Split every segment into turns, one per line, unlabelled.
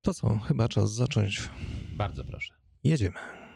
To co, chyba czas zacząć.
Bardzo proszę.
Jedziemy.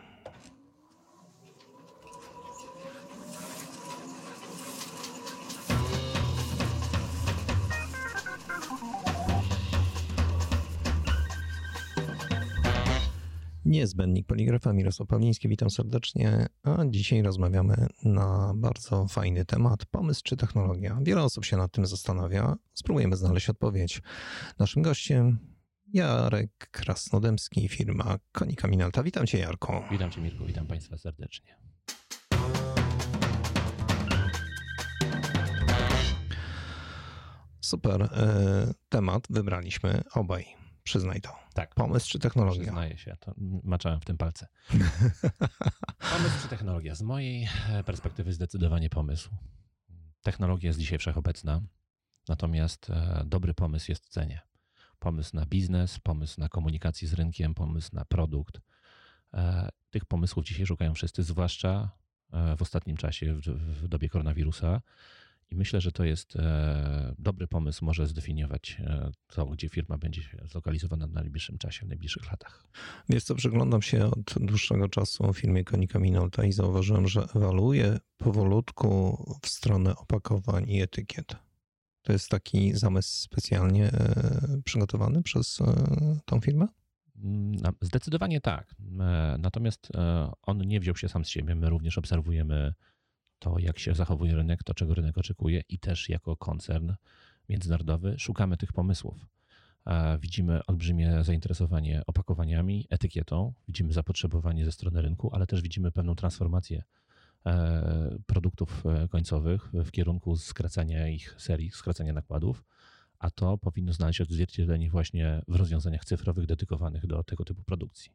Niezbędnik Poligrafa, Mirosław Pawliński, witam serdecznie, a dzisiaj rozmawiamy na bardzo fajny temat, pomysł czy technologia. Wiele osób się nad tym zastanawia, spróbujemy znaleźć odpowiedź. Naszym gościem Jarek Krasnodębski, firma Konica Minolta. Witam cię, Jarku.
Witam cię, Mirku, witam państwa serdecznie.
Super temat wybraliśmy obaj. Przyznaj to.
Tak.
Pomysł czy technologia?
Przyznaję się, to maczałem w tym palce. Pomysł czy technologia? Z mojej perspektywy zdecydowanie pomysł. Technologia jest dzisiaj wszechobecna, natomiast dobry pomysł jest w cenie. Pomysł na biznes, pomysł na komunikację z rynkiem, pomysł na produkt. Tych pomysłów dzisiaj szukają wszyscy, zwłaszcza w ostatnim czasie, w dobie koronawirusa. I myślę, że to jest dobry pomysł, może zdefiniować to, gdzie firma będzie zlokalizowana w najbliższym czasie, w najbliższych latach.
Wiesz co, przyglądam się od dłuższego czasu firmie Konica Minolta i zauważyłem, że ewoluuje powolutku w stronę opakowań i etykiet. To jest taki zamysł specjalnie przygotowany przez tą firmę?
Zdecydowanie tak. Natomiast on nie wziął się sam z siebie. My również obserwujemy to, jak się zachowuje rynek, to, czego rynek oczekuje i też jako koncern międzynarodowy szukamy tych pomysłów. Widzimy olbrzymie zainteresowanie opakowaniami, etykietą, widzimy zapotrzebowanie ze strony rynku, ale też widzimy pewną transformację produktów końcowych w kierunku skracania ich serii, skracania nakładów, a to powinno znaleźć odzwierciedlenie właśnie w rozwiązaniach cyfrowych dedykowanych do tego typu produkcji.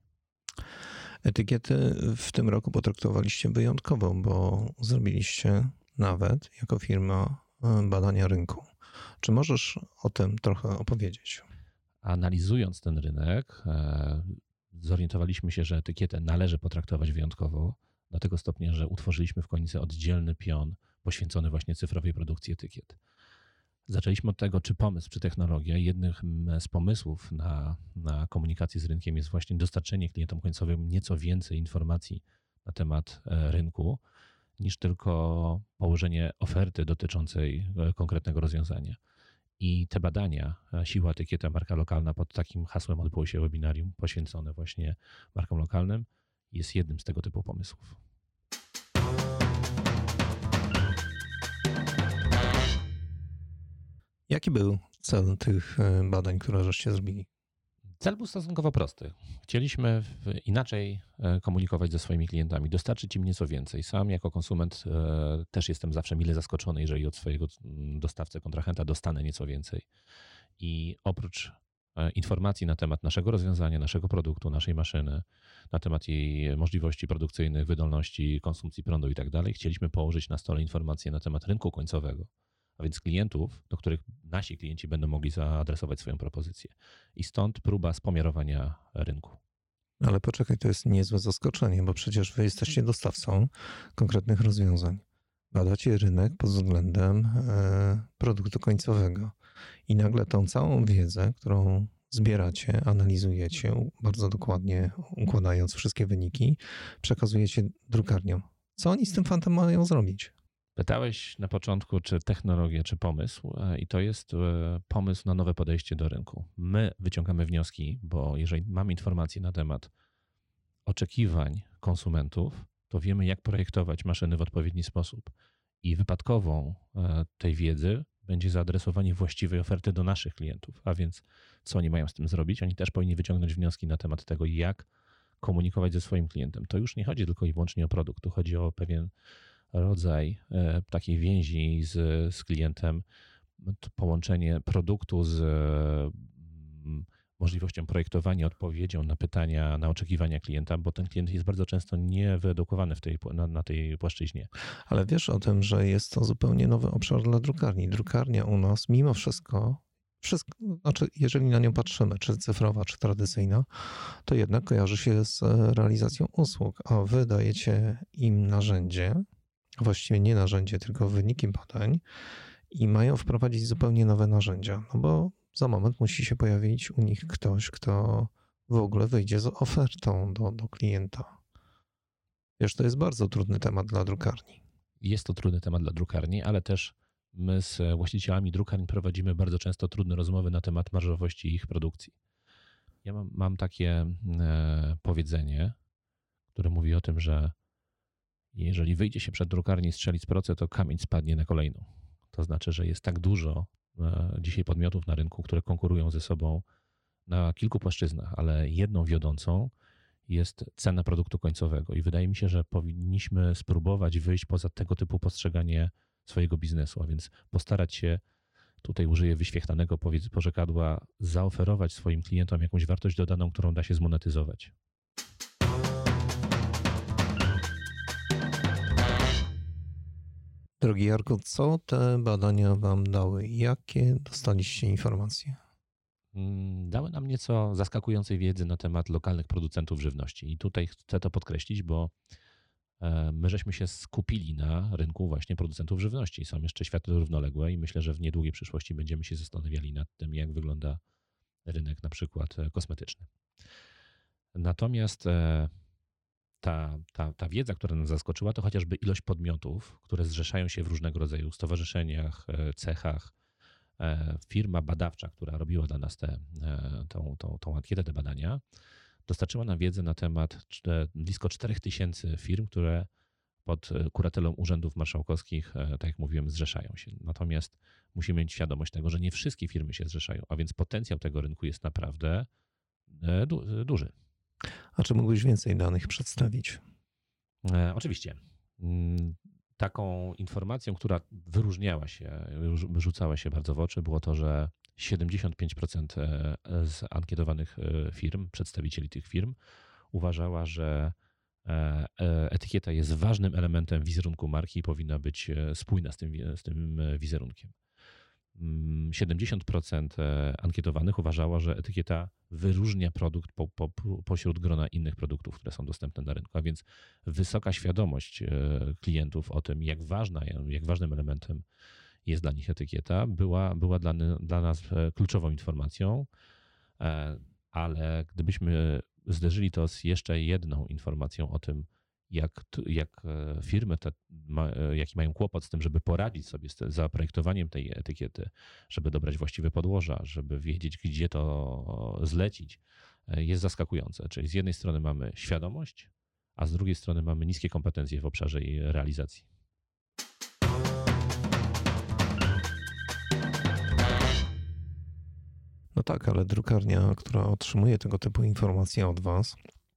Etykiety w tym roku potraktowaliście wyjątkowo, bo zrobiliście nawet jako firma badania rynku. Czy możesz o tym trochę opowiedzieć?
Analizując ten rynek, zorientowaliśmy się, że etykietę należy potraktować wyjątkowo, do tego stopnia, że utworzyliśmy w Konice oddzielny pion poświęcony właśnie cyfrowej produkcji etykiet. Zaczęliśmy od tego, czy pomysł, czy technologia. Jednym z pomysłów na komunikację z rynkiem jest właśnie dostarczenie klientom końcowym nieco więcej informacji na temat rynku, niż tylko położenie oferty dotyczącej konkretnego rozwiązania. I te badania, Siła Etykieta, marka lokalna, pod takim hasłem odbyło się webinarium poświęcone właśnie markom lokalnym, jest jednym z tego typu pomysłów.
Jaki był cel tych badań, które żeście zrobili?
Cel był stosunkowo prosty. Chcieliśmy inaczej komunikować ze swoimi klientami, dostarczyć im nieco więcej. Sam jako konsument też jestem zawsze mile zaskoczony, jeżeli od swojego dostawcy, kontrahenta dostanę nieco więcej. I oprócz informacji na temat naszego rozwiązania, naszego produktu, naszej maszyny, na temat jej możliwości produkcyjnych, wydolności, konsumpcji prądu i tak dalej, chcieliśmy położyć na stole informacje na temat rynku końcowego, a więc klientów, do których nasi klienci będą mogli zaadresować swoją propozycję. I stąd próba spomiarowania rynku.
Ale poczekaj, to jest niezłe zaskoczenie, bo przecież wy jesteście dostawcą konkretnych rozwiązań. Badacie rynek pod względem produktu końcowego. I nagle tą całą wiedzę, którą zbieracie, analizujecie bardzo dokładnie, układając wszystkie wyniki, przekazujecie drukarniom. Co oni z tym fantem mają zrobić?
Pytałeś na początku, czy technologia, czy pomysł, i to jest pomysł na nowe podejście do rynku. My wyciągamy wnioski, bo jeżeli mamy informacje na temat oczekiwań konsumentów, to wiemy, jak projektować maszyny w odpowiedni sposób. I wypadkową tej wiedzy będzie zaadresowanie właściwej oferty do naszych klientów. A więc co oni mają z tym zrobić? Oni też powinni wyciągnąć wnioski na temat tego, jak komunikować ze swoim klientem. To już nie chodzi tylko i wyłącznie o produkt, tu chodzi o pewien rodzaj takiej więzi z klientem, połączenie produktu z możliwością projektowania, odpowiedzią na pytania, na oczekiwania klienta, bo ten klient jest bardzo często niewyedukowany na tej płaszczyźnie.
Ale wiesz o tym, że jest to zupełnie nowy obszar dla drukarni. Drukarnia u nas mimo wszystko, znaczy jeżeli na nią patrzymy, czy cyfrowa, czy tradycyjna, to jednak kojarzy się z realizacją usług, a wy dajecie im narzędzie, właściwie nie narzędzie, tylko wyniki badań i mają wprowadzić zupełnie nowe narzędzia. No bo za moment musi się pojawić u nich ktoś, kto w ogóle wyjdzie z ofertą do klienta. Wiesz, to jest bardzo trudny temat dla drukarni.
Jest to trudny temat dla drukarni, ale też my z właścicielami drukarni prowadzimy bardzo często trudne rozmowy na temat marżowości ich produkcji. Ja mam takie powiedzenie, które mówi o tym, że jeżeli wyjdzie się przed drukarnię i strzeli z procy, to kamień spadnie na kolejną. To znaczy, że jest tak dużo dzisiaj podmiotów na rynku, które konkurują ze sobą na kilku płaszczyznach, ale jedną wiodącą jest cena produktu końcowego i wydaje mi się, że powinniśmy spróbować wyjść poza tego typu postrzeganie swojego biznesu, a więc postarać się, tutaj użyję wyświechtanego porzekadła, zaoferować swoim klientom jakąś wartość dodaną, którą da się zmonetyzować.
Drogi Jarku, co te badania wam dały? Jakie dostaliście informacje?
Dały nam nieco zaskakującej wiedzy na temat lokalnych producentów żywności. I tutaj chcę to podkreślić, bo my żeśmy się skupili na rynku właśnie producentów żywności. Są jeszcze światy równoległe i myślę, że w niedługiej przyszłości będziemy się zastanawiali nad tym, jak wygląda rynek na przykład kosmetyczny. Natomiast ta wiedza, która nas zaskoczyła, to chociażby ilość podmiotów, które zrzeszają się w różnego rodzaju stowarzyszeniach, cechach. Firma badawcza, która robiła dla nas tą ankietę, te badania, dostarczyła nam wiedzę na temat blisko 4000 firm, które pod kuratelą urzędów marszałkowskich, tak jak mówiłem, zrzeszają się. Natomiast musimy mieć świadomość tego, że nie wszystkie firmy się zrzeszają, a więc potencjał tego rynku jest naprawdę duży.
A czy mógłbyś więcej danych przedstawić?
Oczywiście. Taką informacją, która wyróżniała się, rzucała się bardzo w oczy, było to, że 75% z ankietowanych firm, przedstawicieli tych firm, uważała, że etykieta jest ważnym elementem wizerunku marki i powinna być spójna z tym wizerunkiem. 70% ankietowanych uważało, że etykieta wyróżnia produkt pośród grona innych produktów, które są dostępne na rynku, a więc wysoka świadomość klientów o tym, jak ważnym elementem jest dla nich etykieta, była dla nas kluczową informacją, ale gdybyśmy zderzyli to z jeszcze jedną informacją o tym, jak firmy jaki mają kłopot z tym, żeby poradzić sobie z zaprojektowaniem tej etykiety, żeby dobrać właściwe podłoża, żeby wiedzieć, gdzie to zlecić, jest zaskakujące. Czyli z jednej strony mamy świadomość, a z drugiej strony mamy niskie kompetencje w obszarze jej realizacji.
No tak, ale drukarnia, która otrzymuje tego typu informacje od was,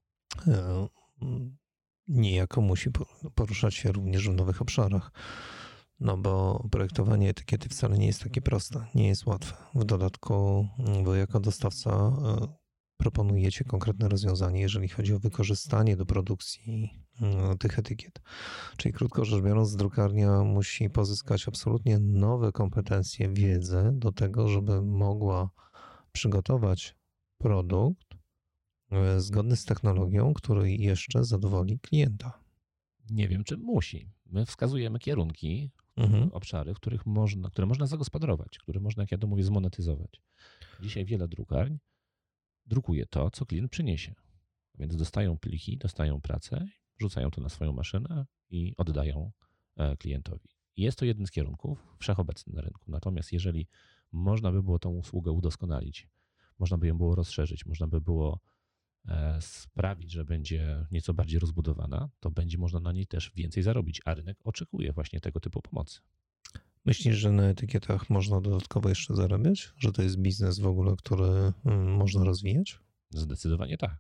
niejako musi poruszać się również w nowych obszarach. No bo projektowanie etykiety wcale nie jest takie proste, nie jest łatwe. W dodatku wy jako dostawca proponujecie konkretne rozwiązanie, jeżeli chodzi o wykorzystanie do produkcji tych etykiet. Czyli krótko rzecz biorąc, drukarnia musi pozyskać absolutnie nowe kompetencje, wiedzę do tego, żeby mogła przygotować produkt zgodny z technologią, który jeszcze zadowoli klienta.
Nie wiem, czy musi. My wskazujemy kierunki, obszary, które można zagospodarować, które można, jak ja to mówię, zmonetyzować. Dzisiaj wiele drukarń drukuje to, co klient przyniesie. Więc dostają pliki, dostają pracę, wrzucają to na swoją maszynę i oddają klientowi. I jest to jeden z kierunków wszechobecny na rynku. Natomiast jeżeli można by było tą usługę udoskonalić, można by ją było rozszerzyć, można by było sprawić, że będzie nieco bardziej rozbudowana, to będzie można na niej też więcej zarobić, a rynek oczekuje właśnie tego typu pomocy.
Myślisz, że na etykietach można dodatkowo jeszcze zarabiać? Że to jest biznes w ogóle, który można rozwijać?
Zdecydowanie tak.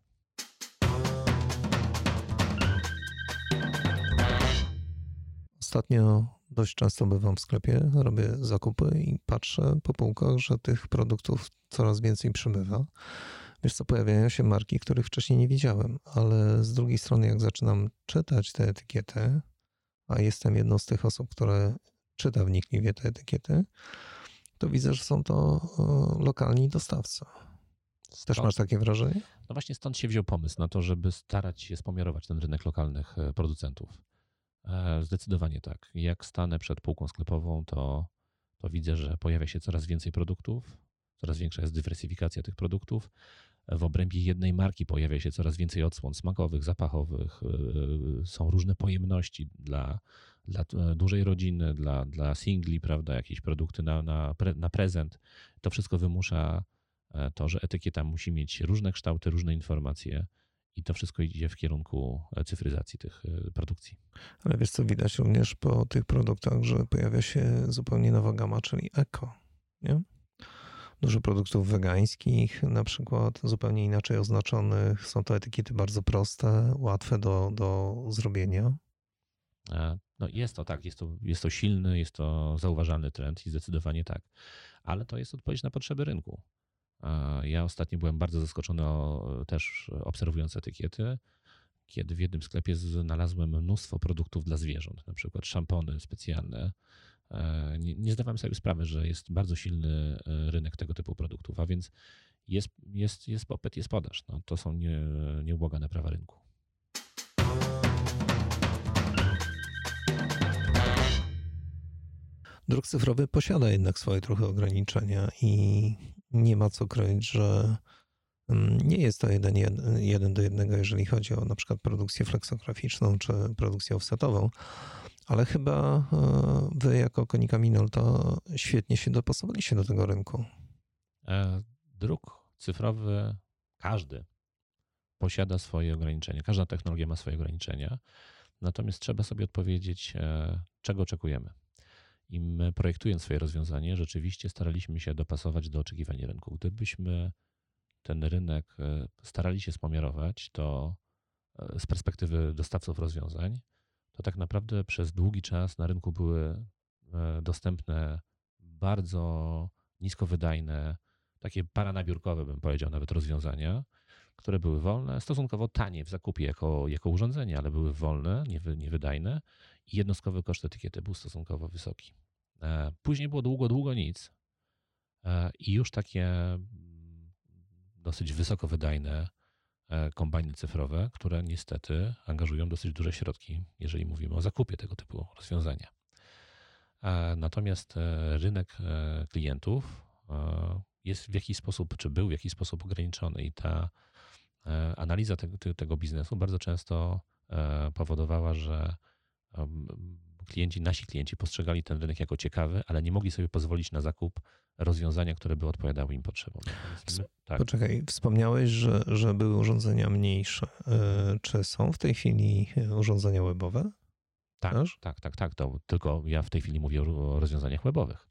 Ostatnio dość często bywam w sklepie, robię zakupy i patrzę po półkach, że tych produktów coraz więcej przybywa. Wiesz co, pojawiają się marki, których wcześniej nie widziałem, ale z drugiej strony jak zaczynam czytać te etykiety, a jestem jedną z tych osób, które czyta wnikliwie te etykiety, to widzę, że są to lokalni dostawcy. Też masz takie wrażenie?
No właśnie stąd się wziął pomysł na to, żeby starać się spomiarować ten rynek lokalnych producentów. Zdecydowanie tak. Jak stanę przed półką sklepową, to widzę, że pojawia się coraz więcej produktów, coraz większa jest dywersyfikacja tych produktów. W obrębie jednej marki pojawia się coraz więcej odsłon smakowych, zapachowych, są różne pojemności dla dużej rodziny, dla singli, prawda, jakieś produkty na prezent. To wszystko wymusza to, że etykieta musi mieć różne kształty, różne informacje i to wszystko idzie w kierunku cyfryzacji tych produkcji.
Ale wiesz co, widać również po tych produktach, że pojawia się zupełnie nowa gama, czyli eko, nie? Dużo produktów wegańskich, na przykład zupełnie inaczej oznaczonych. Są to etykiety bardzo proste, łatwe do zrobienia.
No jest to tak, jest to silny, jest to zauważalny trend i zdecydowanie tak, ale to jest odpowiedź na potrzeby rynku. Ja ostatnio byłem bardzo zaskoczony też obserwując etykiety, kiedy w jednym sklepie znalazłem mnóstwo produktów dla zwierząt, na przykład szampony specjalne. Nie zdawałem sobie sprawy, że jest bardzo silny rynek tego typu produktów, a więc jest popyt, jest podaż. No, to są nieubłagane prawa rynku.
Druk cyfrowy posiada jednak swoje trochę ograniczenia i nie ma co kryć, że nie jest to jeden do jednego, jeżeli chodzi o na przykład produkcję fleksograficzną czy produkcję offsetową, ale chyba wy jako Konica Minolta świetnie się dopasowaliście do tego rynku.
Druk cyfrowy, każdy posiada swoje ograniczenia, każda technologia ma swoje ograniczenia, natomiast trzeba sobie odpowiedzieć, czego oczekujemy. I my, projektując swoje rozwiązanie, rzeczywiście staraliśmy się dopasować do oczekiwań rynku. Gdybyśmy ten rynek starali się spomiarować, to z perspektywy dostawców rozwiązań, to tak naprawdę przez długi czas na rynku były dostępne bardzo niskowydajne, takie paranabiórkowe, bym powiedział, nawet rozwiązania, które były wolne, stosunkowo tanie w zakupie jako urządzenie, ale były wolne, niewydajne i jednostkowy koszt etykiety był stosunkowo wysoki. Później było długo nic i już takie dosyć wysokowydajne kombajny cyfrowe, które niestety angażują dosyć duże środki, jeżeli mówimy o zakupie tego typu rozwiązania. Natomiast rynek klientów jest w jakiś sposób, czy był w jakiś sposób ograniczony i ta analiza tego biznesu bardzo często powodowała, że nasi klienci postrzegali ten rynek jako ciekawy, ale nie mogli sobie pozwolić na zakup rozwiązania, które by odpowiadały im potrzebom.
Tak. Poczekaj, wspomniałeś, że były urządzenia mniejsze. Czy są w tej chwili urządzenia webowe?
Tak. To tylko ja w tej chwili mówię o rozwiązaniach webowych.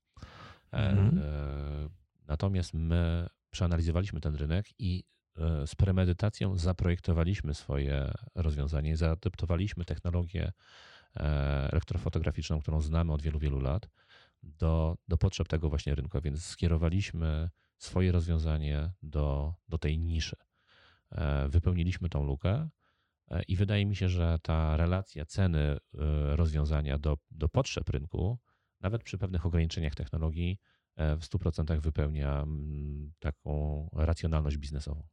Natomiast my przeanalizowaliśmy ten rynek i z premedytacją zaprojektowaliśmy swoje rozwiązanie, zaadaptowaliśmy technologię elektrofotograficzną, którą znamy od wielu lat, do potrzeb tego właśnie rynku, więc skierowaliśmy swoje rozwiązanie do tej niszy. Wypełniliśmy tą lukę i wydaje mi się, że ta relacja ceny rozwiązania do potrzeb rynku, nawet przy pewnych ograniczeniach technologii, w 100% wypełnia taką racjonalność biznesową.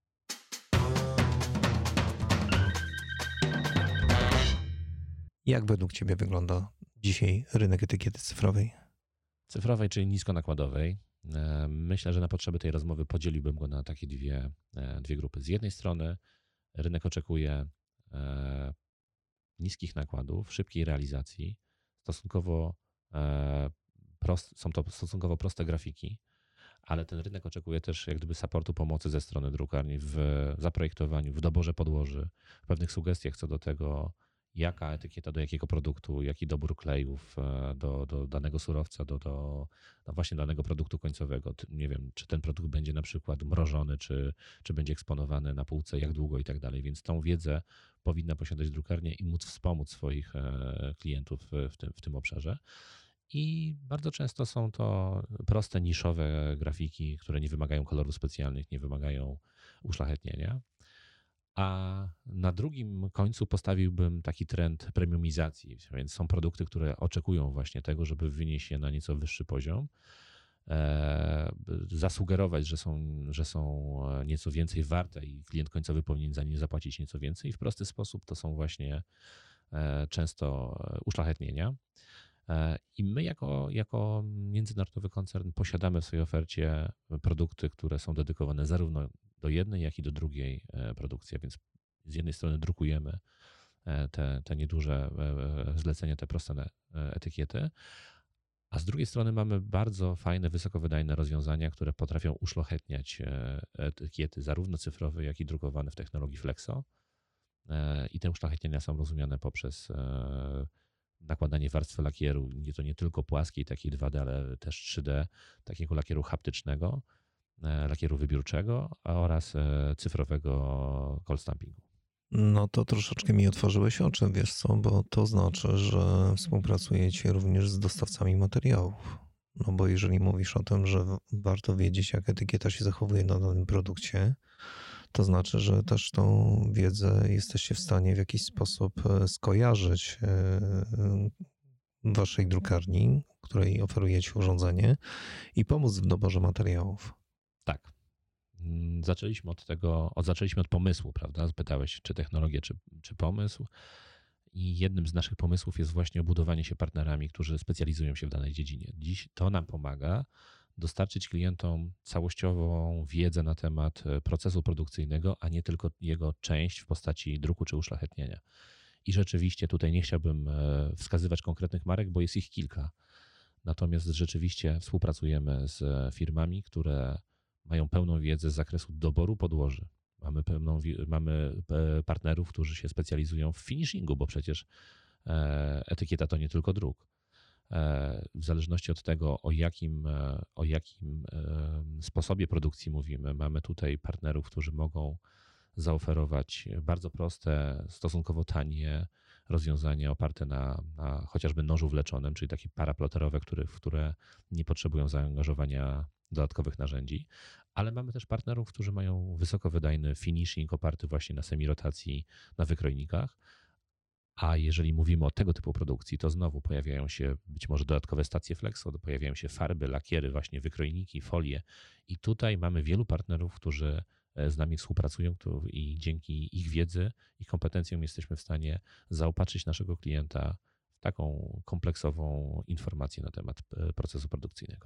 Jak według ciebie wygląda dzisiaj rynek etykiety cyfrowej?
Cyfrowej, czyli niskonakładowej. Myślę, że na potrzeby tej rozmowy podzieliłbym go na takie dwie grupy. Z jednej strony rynek oczekuje niskich nakładów, szybkiej realizacji, są to stosunkowo proste grafiki, ale ten rynek oczekuje też jak gdyby supportu, pomocy ze strony drukarni w zaprojektowaniu, w doborze podłoży, w pewnych sugestiach co do tego, jaka etykieta do jakiego produktu, jaki dobór klejów do danego surowca, do właśnie danego produktu końcowego. Nie wiem, czy ten produkt będzie na przykład mrożony, czy będzie eksponowany na półce, jak długo i tak dalej. Więc tą wiedzę powinna posiadać drukarnia i móc wspomóc swoich klientów w tym obszarze. I bardzo często są to proste, niszowe grafiki, które nie wymagają kolorów specjalnych, nie wymagają uszlachetnienia. A na drugim końcu postawiłbym taki trend premiumizacji, więc są produkty, które oczekują właśnie tego, żeby wynieść je na nieco wyższy poziom, zasugerować, że są nieco więcej warte i klient końcowy powinien za nie zapłacić nieco więcej. I w prosty sposób to są właśnie często uszlachetnienia. I my jako międzynarodowy koncern posiadamy w swojej ofercie produkty, które są dedykowane zarówno do jednej, jak i do drugiej produkcji. A więc z jednej strony drukujemy te nieduże zlecenia, te proste etykiety, a z drugiej strony mamy bardzo fajne, wysokowydajne rozwiązania, które potrafią uszlachetniać etykiety zarówno cyfrowe, jak i drukowane w technologii Flexo. I te uszlachetnienia są rozumiane poprzez nakładanie warstwy lakieru, to nie tylko płaskiej, takiej 2D, ale też 3D, takiego lakieru haptycznego, lakieru wybiórczego oraz cyfrowego cold stampingu.
No to troszeczkę mi otworzyłeś oczy, wiesz co, bo to znaczy, że współpracujecie również z dostawcami materiałów. No bo jeżeli mówisz o tym, że warto wiedzieć, jak etykieta się zachowuje na danym produkcie, to znaczy, że też tą wiedzę jesteście w stanie w jakiś sposób skojarzyć w waszej drukarni, której oferujecie urządzenie i pomóc w doborze materiałów.
Tak. Zaczęliśmy od pomysłu, prawda? Zapytałeś, czy technologię, czy pomysł. I jednym z naszych pomysłów jest właśnie obudowanie się partnerami, którzy specjalizują się w danej dziedzinie. Dziś to nam pomaga dostarczyć klientom całościową wiedzę na temat procesu produkcyjnego, a nie tylko jego część w postaci druku czy uszlachetnienia. I rzeczywiście tutaj nie chciałbym wskazywać konkretnych marek, bo jest ich kilka. Natomiast rzeczywiście współpracujemy z firmami, które mają pełną wiedzę z zakresu doboru podłoży. Mamy partnerów, którzy się specjalizują w finishingu, bo przecież etykieta to nie tylko druk. W zależności od tego, o jakim sposobie produkcji mówimy, mamy tutaj partnerów, którzy mogą zaoferować bardzo proste, stosunkowo tanie rozwiązania oparte na chociażby nożu wleczonym, czyli takie paraploterowe, które nie potrzebują zaangażowania dodatkowych narzędzi, ale mamy też partnerów, którzy mają wysokowydajny finishing oparty właśnie na semirotacji na wykrojnikach. A jeżeli mówimy o tego typu produkcji, to znowu pojawiają się być może dodatkowe stacje Flexo, pojawiają się farby, lakiery, właśnie wykrojniki, folie. I tutaj mamy wielu partnerów, którzy z nami współpracują i dzięki ich wiedzy i kompetencjom jesteśmy w stanie zaopatrzyć naszego klienta w taką kompleksową informację na temat procesu produkcyjnego.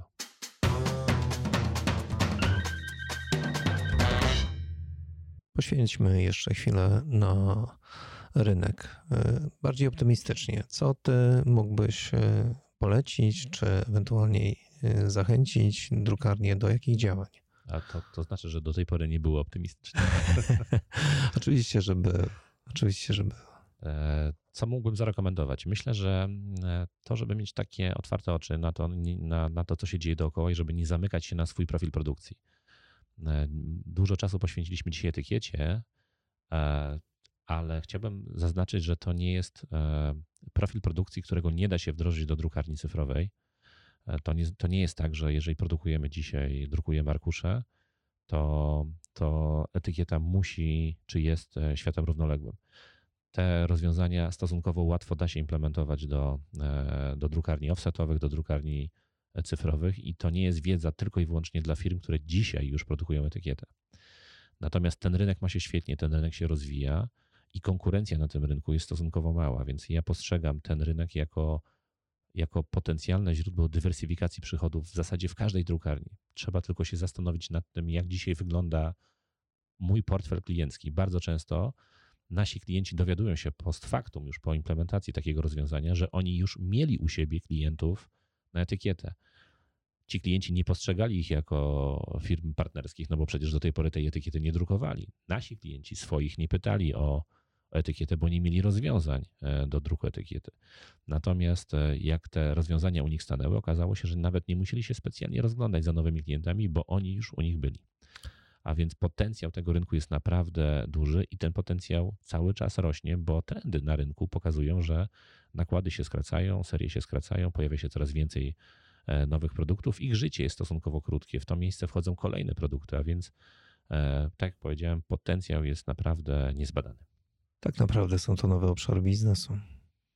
Poświęćmy jeszcze chwilę na rynek. Bardziej optymistycznie. Co ty mógłbyś polecić, czy ewentualnie zachęcić drukarnię do jakich działań?
A to znaczy, że do tej pory nie było optymistyczne.
Oczywiście, że było.
Co mógłbym zarekomendować? Myślę, że to, żeby mieć takie otwarte oczy na to, co się dzieje dookoła i żeby nie zamykać się na swój profil produkcji. Dużo czasu poświęciliśmy dzisiaj etykiecie, ale chciałbym zaznaczyć, że to nie jest profil produkcji, którego nie da się wdrożyć do drukarni cyfrowej. To nie jest tak, że jeżeli drukujemy arkusze, to etykieta musi, czy jest światem równoległym. Te rozwiązania stosunkowo łatwo da się implementować do drukarni offsetowych, do drukarni cyfrowych i to nie jest wiedza tylko i wyłącznie dla firm, które dzisiaj już produkują etykietę. Natomiast ten rynek ma się świetnie, ten rynek się rozwija i konkurencja na tym rynku jest stosunkowo mała, więc ja postrzegam ten rynek jako potencjalne źródło dywersyfikacji przychodów w zasadzie w każdej drukarni. Trzeba tylko się zastanowić nad tym, jak dzisiaj wygląda mój portfel kliencki. Bardzo często nasi klienci dowiadują się post factum, już po implementacji takiego rozwiązania, że oni już mieli u siebie klientów na etykietę. Ci klienci nie postrzegali ich jako firm partnerskich, no bo przecież do tej pory tej etykiety nie drukowali. Nasi klienci swoich nie pytali o etykietę, bo nie mieli rozwiązań do druku etykiety. Natomiast jak te rozwiązania u nich stanęły, okazało się, że nawet nie musieli się specjalnie rozglądać za nowymi klientami, bo oni już u nich byli. A więc potencjał tego rynku jest naprawdę duży i ten potencjał cały czas rośnie, bo trendy na rynku pokazują, że nakłady się skracają, serie się skracają, pojawia się coraz więcej nowych produktów. Ich życie jest stosunkowo krótkie. W to miejsce wchodzą kolejne produkty, a więc tak jak powiedziałem, potencjał jest naprawdę niezbadany.
Tak naprawdę są to nowe obszary biznesu.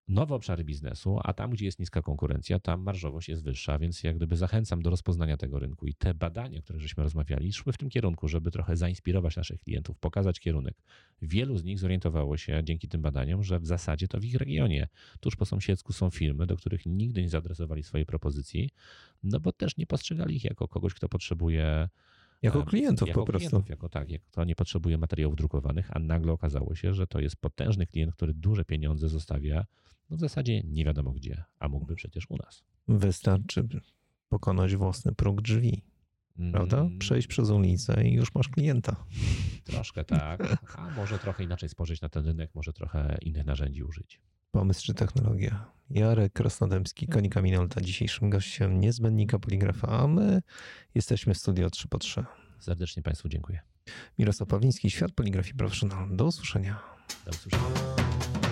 nowe obszary biznesu, a tam, gdzie jest niska konkurencja, tam marżowość jest wyższa, więc jak gdyby zachęcam do rozpoznania tego rynku. I te badania, o których żeśmy rozmawiali, szły w tym kierunku, żeby trochę zainspirować naszych klientów, pokazać kierunek. Wielu z nich zorientowało się dzięki tym badaniom, że w zasadzie to w ich regionie, tuż po sąsiedzku są firmy, do których nigdy nie zaadresowali swojej propozycji, no bo też nie postrzegali ich jako kogoś, kto potrzebuje
Jako klientów po prostu.
Jak to nie potrzebuje materiałów drukowanych, a nagle okazało się, że to jest potężny klient, który duże pieniądze zostawia, no w zasadzie nie wiadomo gdzie, a mógłby przecież u nas.
Wystarczy pokonać własny próg drzwi, prawda? Przejść przez ulicę i już masz klienta.
Troszkę tak, a może trochę inaczej spojrzeć na ten rynek, może trochę innych narzędzi użyć.
Pomysł czy technologia? Jarek Krasnodębski, Konika Minolta, dzisiejszym gościem niezbędnika Poligrafa, a my jesteśmy w studio 3x3.
Serdecznie Państwu dziękuję.
Mirosław Pawliński, Świat Poligrafii Professional. Do usłyszenia.
Do usłyszenia.